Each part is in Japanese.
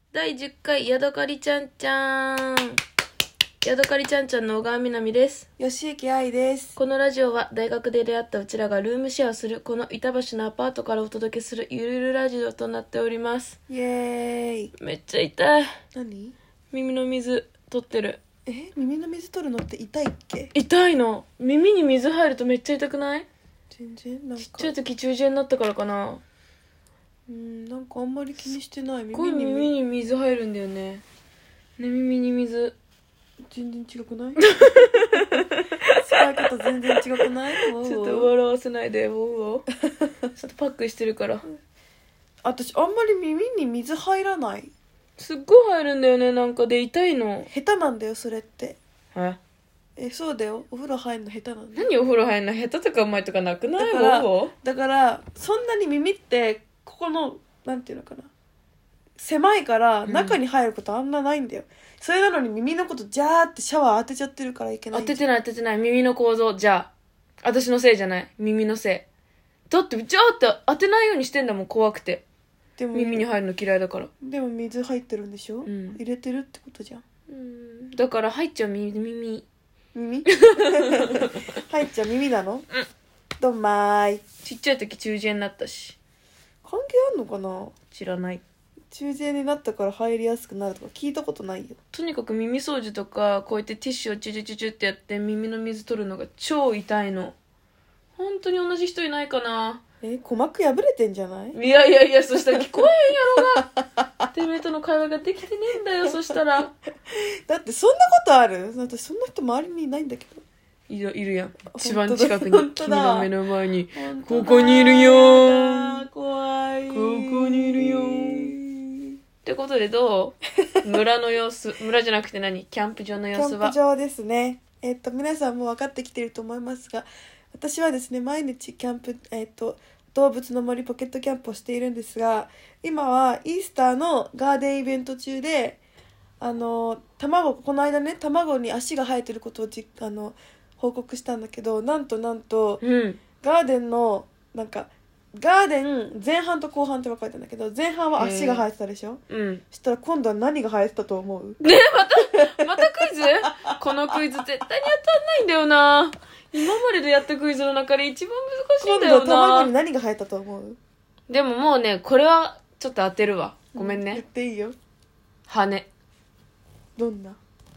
第10回ヤドカリちゃんちゃん。ヤドカリちゃんちゃんの小川みなみです。 吉行愛です。 このラジオは大学で出会ったうちらがルームシェアするこの板橋のアパートからお届けするゆるゆるラジオとなっております。 イエーイ。 めっちゃ痛い。 何？ 耳の水取ってる。 耳の水取るのって痛いっけ？ 痛いの。耳に水入るとめっちゃ痛くない？ 全然なんかちっちゃい時中耳炎になったからかな。 なんかあんまり気にしてない。 耳に水入るんだよね。ね、耳に水全然違くない？使い方全然違くない？ ちょっと笑わせないで。ちょっとパックしてるから私あんまり耳に水入らない。 すっごい入るんだよね。なんかで痛いの。 下手なんだよそれって。 え、 そうだよ。お風呂入るの下手なんだよ。 何お風呂入るの？下手とかうまいとかなくない？ だからそんなに耳ってここのなんていうのかな、狭いから中に入ることあんまないんだよ、それなのに耳のことジャーってシャワー当てちゃってるからいけない。 当ててない。耳の構造。じゃあ私のせいじゃない。耳のせいだって。ジャーって当てないようにしてんだもん。怖くて。 でも耳に入るの嫌いだから。 でも水入ってるんでしょ、入れてるってことじゃん。 だから入っちゃう。耳入っちゃう耳なの？どんまーい。 ちっちゃい時中耳炎になったし。 関係あんのかな？ 知らない。 中耳炎になったから入りやすくなるとか聞いたことないよ。 とにかく耳掃除とかこうやってティッシュをチュチュチュチュってやって耳の水取るのが超痛いの。本当に同じ人いないかな。 鼓膜破れてんじゃない？ いやそしたら聞こえんやろが。てめえとの会話ができてねえんだよ。そしたらだってそんなことある？私そんな人周りにいないんだけど。 いるやん。一番近くに。君の目の前に。ここにいるよー。 怖い。 ここにいるよー。ってことでどう？村の様子。村じゃなくて何？キャンプ場の様子は。 キャンプ場ですね。皆さんも分かってきてると思いますが、私はですね、毎日キャンプ、動物の森ポケットキャンプをしているんですが、今はイースターのガーデンイベント中で、この間ね、卵に足が生えてることを報告したんだけど、なんと、ガーデンのガーデン前半と後半って分かれたんだけど、前半は足が生えてたでしょ。そしたら今度は何が生えてたと思う？ ね、またクイズ？このクイズ絶対に当たんないんだよな。今まででやったクイズの中で一番難しいんだよな。 今度は卵に何が生えたと思う？ でももうね、これはちょっと当てるわ。ごめんね。 言っていいよ。 羽。 どんな？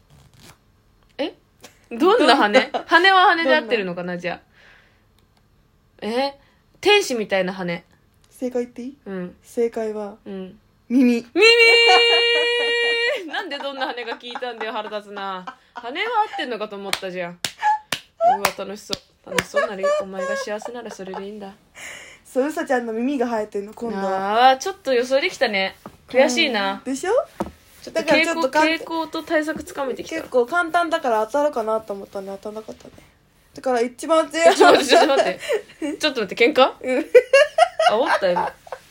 どんな羽？羽は羽で合ってるのかな？じゃあ天使みたいな羽。 正解言っていい？正解は耳なんでどんな羽が聞いたんだよ。腹立つな。羽は合ってんのかと思ったじゃん。うわ、楽しそうなり。お前が幸せならそれでいいんだ。 そう、うさちゃんの耳が生えてるの今度は。 ちょっと予想できたね。悔しいな。 でしょ？ ちょっと傾向と対策つかめてきた。 結構簡単だから当たるかなと思ったんで当たらなかったね。だから一番強い。 ちょっと待って喧嘩？煽ったよ。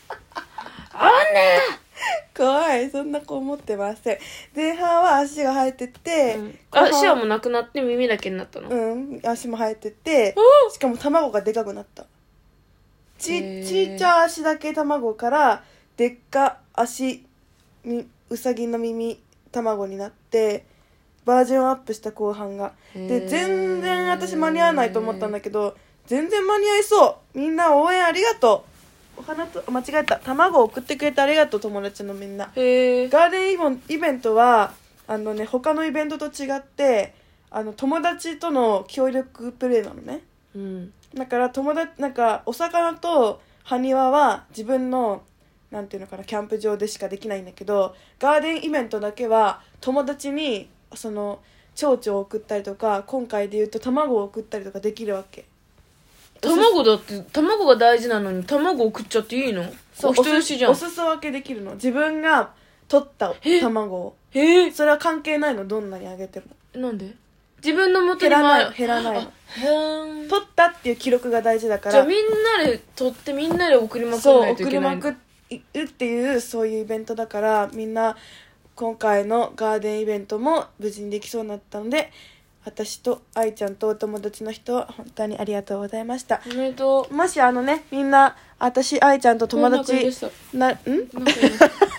怖い。そんな子思ってません。前半は足が生えてて、 足はもうなくなって耳だけになったの？ 足も生えてて、しかも卵がでかくなった。ちっちゃい足だけ卵からでっか足にうさぎの耳卵になってバージョンアップした後半がで、全然私間に合わないと思ったんだけど、全然間に合いそう。みんな応援ありがとう。お花と間違えた。卵を送ってくれてありがとう、友達のみんな。ガーデンイベントは他のイベントと違って友達との協力プレイなのね。だからお魚と埴輪は自分のなんていうのかな、キャンプ場でしかできないんだけど、ガーデンイベントだけは友達にその蝶々を送ったりとか、今回で言うと卵を送ったりとかできるわけ。 卵だって、卵が大事なのに卵送っちゃっていいの？お人よしじゃん。 お裾分けできるの。自分が取った卵を。それは関係ないの、どんなにあげても。 なんで？自分の元に減らないの。取ったっていう記録が大事だから。 じゃあみんなで取ってみんなで送りまくらないといけないの？ 送りまくるっていうそういうイベントだから、みんな今回のガーデンイベントも無事にできそうになったので、私と愛ちゃんとお友達の人は本当にありがとうございました。 おめでとう。 もしみんな私愛ちゃんと友達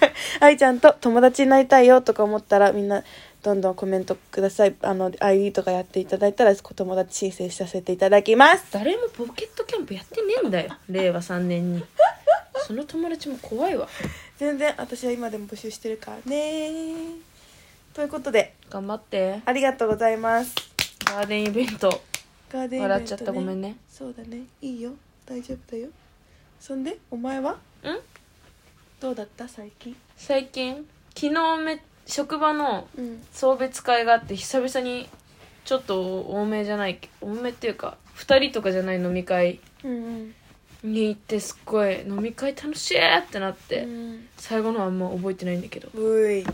愛ちゃんと友達になりたいよとか思ったらみんなどんどんコメントください。ID とかやっていただいたら友達申請させていただきます。 誰もポケットキャンプやってねえんだよ令和3年に。その友達も怖いわ。 全然私は今でも募集してるからね。ということで頑張って。 ありがとうございます。 ガーデンイベントガーデンイベント、ね、 笑っちゃったごめんね。 そうだね、いいよ、大丈夫だよ。そんでお前はどうだった最近。 最近昨日職場の送別会があって久々にちょっと多めじゃない多めっていうか2人とかじゃない飲み会に行ってすっごい飲み会楽しいってなって、最後のはあんま覚えてないんだけどうい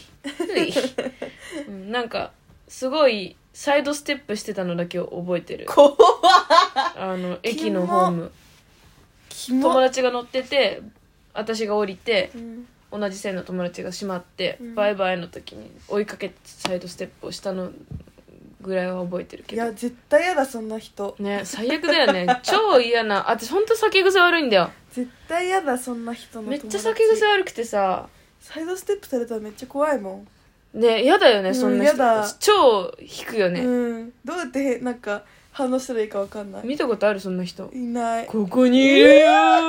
なんかすごいサイドステップしてたのだけを覚えてる。 怖っ駅のホーム友達が乗ってて私が降りて、同じ線の友達が閉まって、バイバイの時に追いかけてサイドステップをしたのぐらいは覚えてるけど。 いや絶対嫌だそんな人ね、最悪だよね超嫌な。私ほんと酒癖悪いんだよ。 絶対嫌だそんな人の友達。 めっちゃ酒癖悪くてさ、 サイドステップされたらめっちゃ怖いもんね。嫌だよね、そんな人。 嫌だ。 超引くよね。 どうやってなんか反応したらいいか分かんない。 見たことあるそんな人。 いない。 ここにいるよ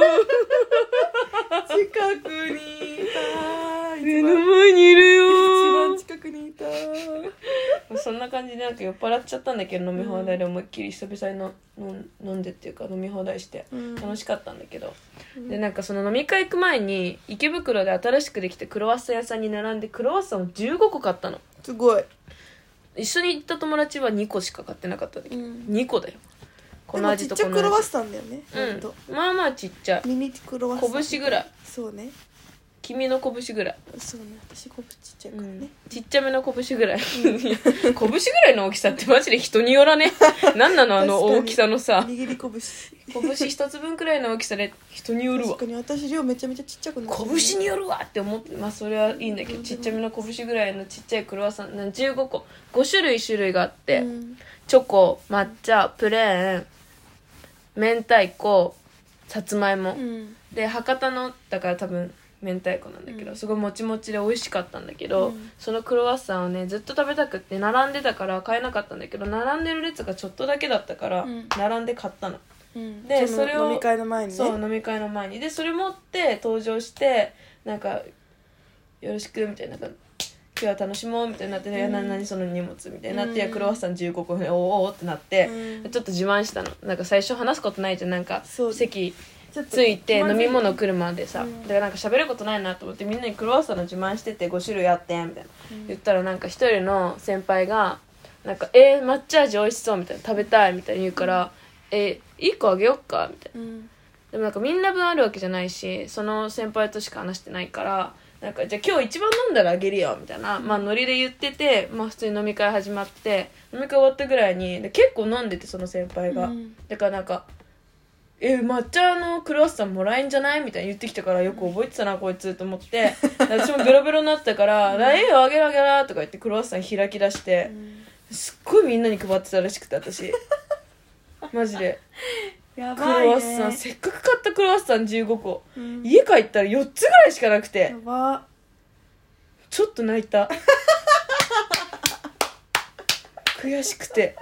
近くにいた。 目の前にいるよ一番近くにいた。 そんな感じでなんか酔っ払っちゃったんだけど、飲み放題で思いっきり久々に飲んでっていうか飲み放題して楽しかったんだけど、でなんかその飲み会行く前に池袋で新しくできたクロワッサン屋さんに並んでクロワッサンを15個買ったの。 すごい。 一緒に行った友達は2個しか買ってなかったんだけど、2個だよ。この味とこの味。 でもちっちゃクロワッサンだよね。 まあまあちっちゃい。 ミニクロワッサン。 拳ぐらい。 そうね。 君の拳ぐらい。 そうね、私拳ちっちゃいからね、 ちっちゃめの拳ぐらい拳ぐらいの大きさってマジで人によらねなんなのあの大きさのさ、 握り拳一つ分くらいの大きさで人によるわ。 確かに私量めちゃめちゃちっちゃくなってる、 拳によるわって思って、まあそれはいいんだけど、ちっちゃめの拳ぐらいのちっちゃいクロワッサン15個5種類があって、チョコ、抹茶、プレーン、明太子、さつまいも、で博多のだから多分明太子なんだけど、すごいもちもちで美味しかったんだけど、そのクロワッサンをねずっと食べたくって並んでたから買えなかったんだけど、並んでる列がちょっとだけだったから、並んで買ったの、でそれを飲み会の前にね、 そう飲み会の前にでそれ持って登場して、なんかよろしくみたいな、今日は楽しもうみたいになって、何その荷物みたいになって、クロワッサン15個おおってなって、ちょっと自慢したの。なんか最初話すことないじゃん、なんか席ついて飲み物来るまでさ、だからなんか喋ることないなと思ってみんなにクロワッサンの自慢してて5種類あってみたいな、言ったらなんか一人の先輩がなんか抹茶味美味しそうみたいな、食べたいみたいに言うから1個あげよっかみたいな、でもなんかみんな分あるわけじゃないし、その先輩としか話してないから、なんかじゃあ今日一番飲んだらあげるよみたいな、まあノリで言ってて、まあ普通に飲み会始まって、飲み会終わったぐらいにで結構飲んでて、その先輩が、だからなんか抹茶のクロワッサンもらえんじゃないみたいに言ってきたから、よく覚えてたなこいつと思って、私もベロベロになったから「いいよあげるあげる」とか言ってクロワッサン開き出して、すっごいみんなに配ってたらしくて、私マジでやクロばいね、 ワッサンせっかく買ったクロワッサン15個、家帰ったら4つぐらいしかなくて、 やば、 ちょっと泣いた悔しくて。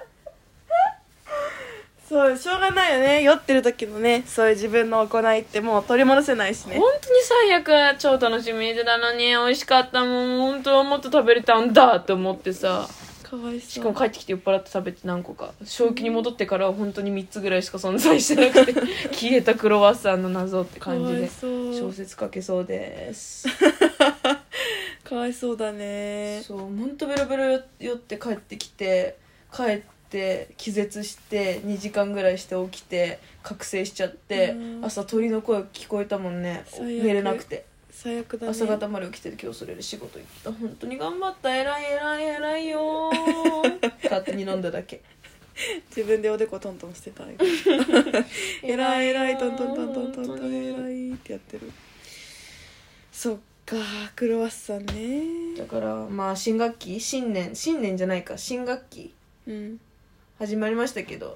そうしょうがないよね、酔ってる時のね、そういう自分の行いってもう取り戻せないしね。 本当に最悪、超楽しみにしてたのに美味しかったもん、本当はもっと食べれたんだって思ってさ、 かわいそう。 しかも帰ってきて酔っ払って食べて何個か、正気に戻ってからは本当に3つぐらいしか存在してなくて消えたクロワッサンの謎って感じで小説書けそうですかわいそうだね。 そう本当ベロベロ酔って帰ってきて、帰って気絶して2時間ぐらいして起きて覚醒しちゃって、朝鳥の声聞こえたもんね、寝れなくて最悪だね。 朝方まで起きて今日それで仕事行った。本当に頑張った、偉い偉い偉いよ勝手に飲んだだけ自分でおでこトントンしてた偉い偉いトントントントントントン偉いってやってる。そっか、クロワッサンね。 だからまあ新学期新年じゃないか、新学期始まりましたけど、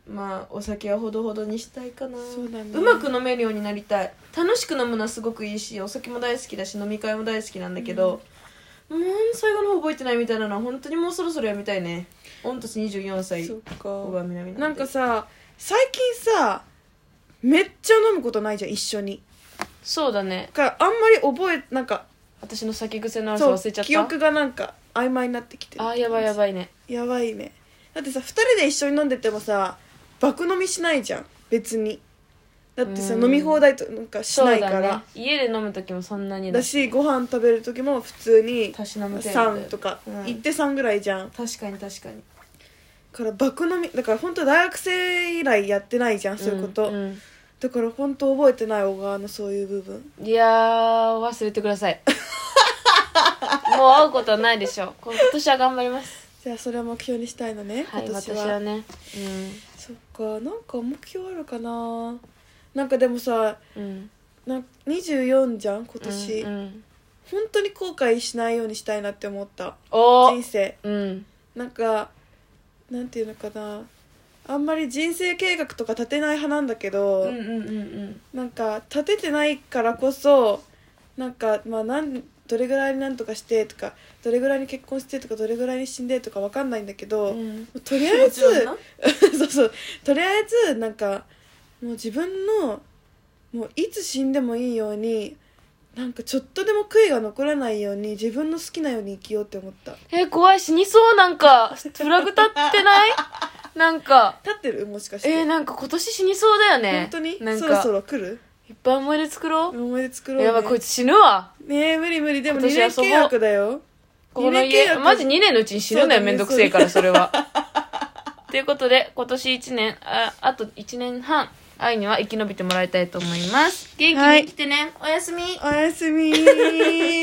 まあお酒はほどほどにしたいかな。 そうだねうまく飲めるようになりたい。楽しく飲むのはすごくいいし、お酒も大好きだし飲み会も大好きなんだけど、もう最後の方覚えてないみたいなのは本当にもうそろそろやみたいね。御年24歳そっ小川みなみなんかさ最近さめっちゃ飲むことないじゃん一緒に。 そうだね。 だからあんまり覚えなんか私の酒癖の悪さそう忘れちゃった。 記憶がなんか曖昧になってきてる。 あーやばいやばいね。 やばいね。だってさ2人で一緒に飲んでてもさ爆飲みしないじゃん別に。だってさ飲み放題となんかしないからそうだね、家で飲む時もそんなにだしご飯食べる時も普通にたしなむ程度だよ 3とか、 うん行って3ぐらいじゃん。 確かに確かに。 から爆飲みだから本当大学生以来やってないじゃんそういうこと、 んだから本当覚えてない小川のそういう部分。 いやー忘れてくださいもう会うことはないでしょう。今年は頑張ります。 じゃあそれを目標にしたいのね、 はい、 今年は。 私はね。 そっかなんか目標あるかな。なんかでもさうん 24じゃん今年、 うん本当に後悔しないようにしたいなって思ったお人生。 うんなんかなんていうのかな、あんまり人生計画とか立てない派なんだけど、なんか立ててないからこそなんかまあどれぐらいになんとかしてとかどれぐらいに結婚してとかどれぐらいに死んでとかわかんないんだけど、とりあえずそうそうとりあえずなんかもう自分のもういつ死んでもいいようになんかちょっとでも悔いが残らないように自分の好きなように生きようって思った。 怖い、死にそう。なんかフラグ立ってないなんか立ってるもしかして。 なんか今年死にそうだよね。 本当になんかそろそろ来る。 いっぱい思い出作ろう。 思い出作ろう、ね、 やばいこいつ死ぬわ。 ねえ無理無理。でも2 今年年契約だよ。 この二年契約家マジ2年のうちに死ぬのよ。 そうだねめんどくせえからそれはということで今年1年あと1年半愛には生き延びてもらいたいと思います。元気に生きてね、おやすみ。 おやすみ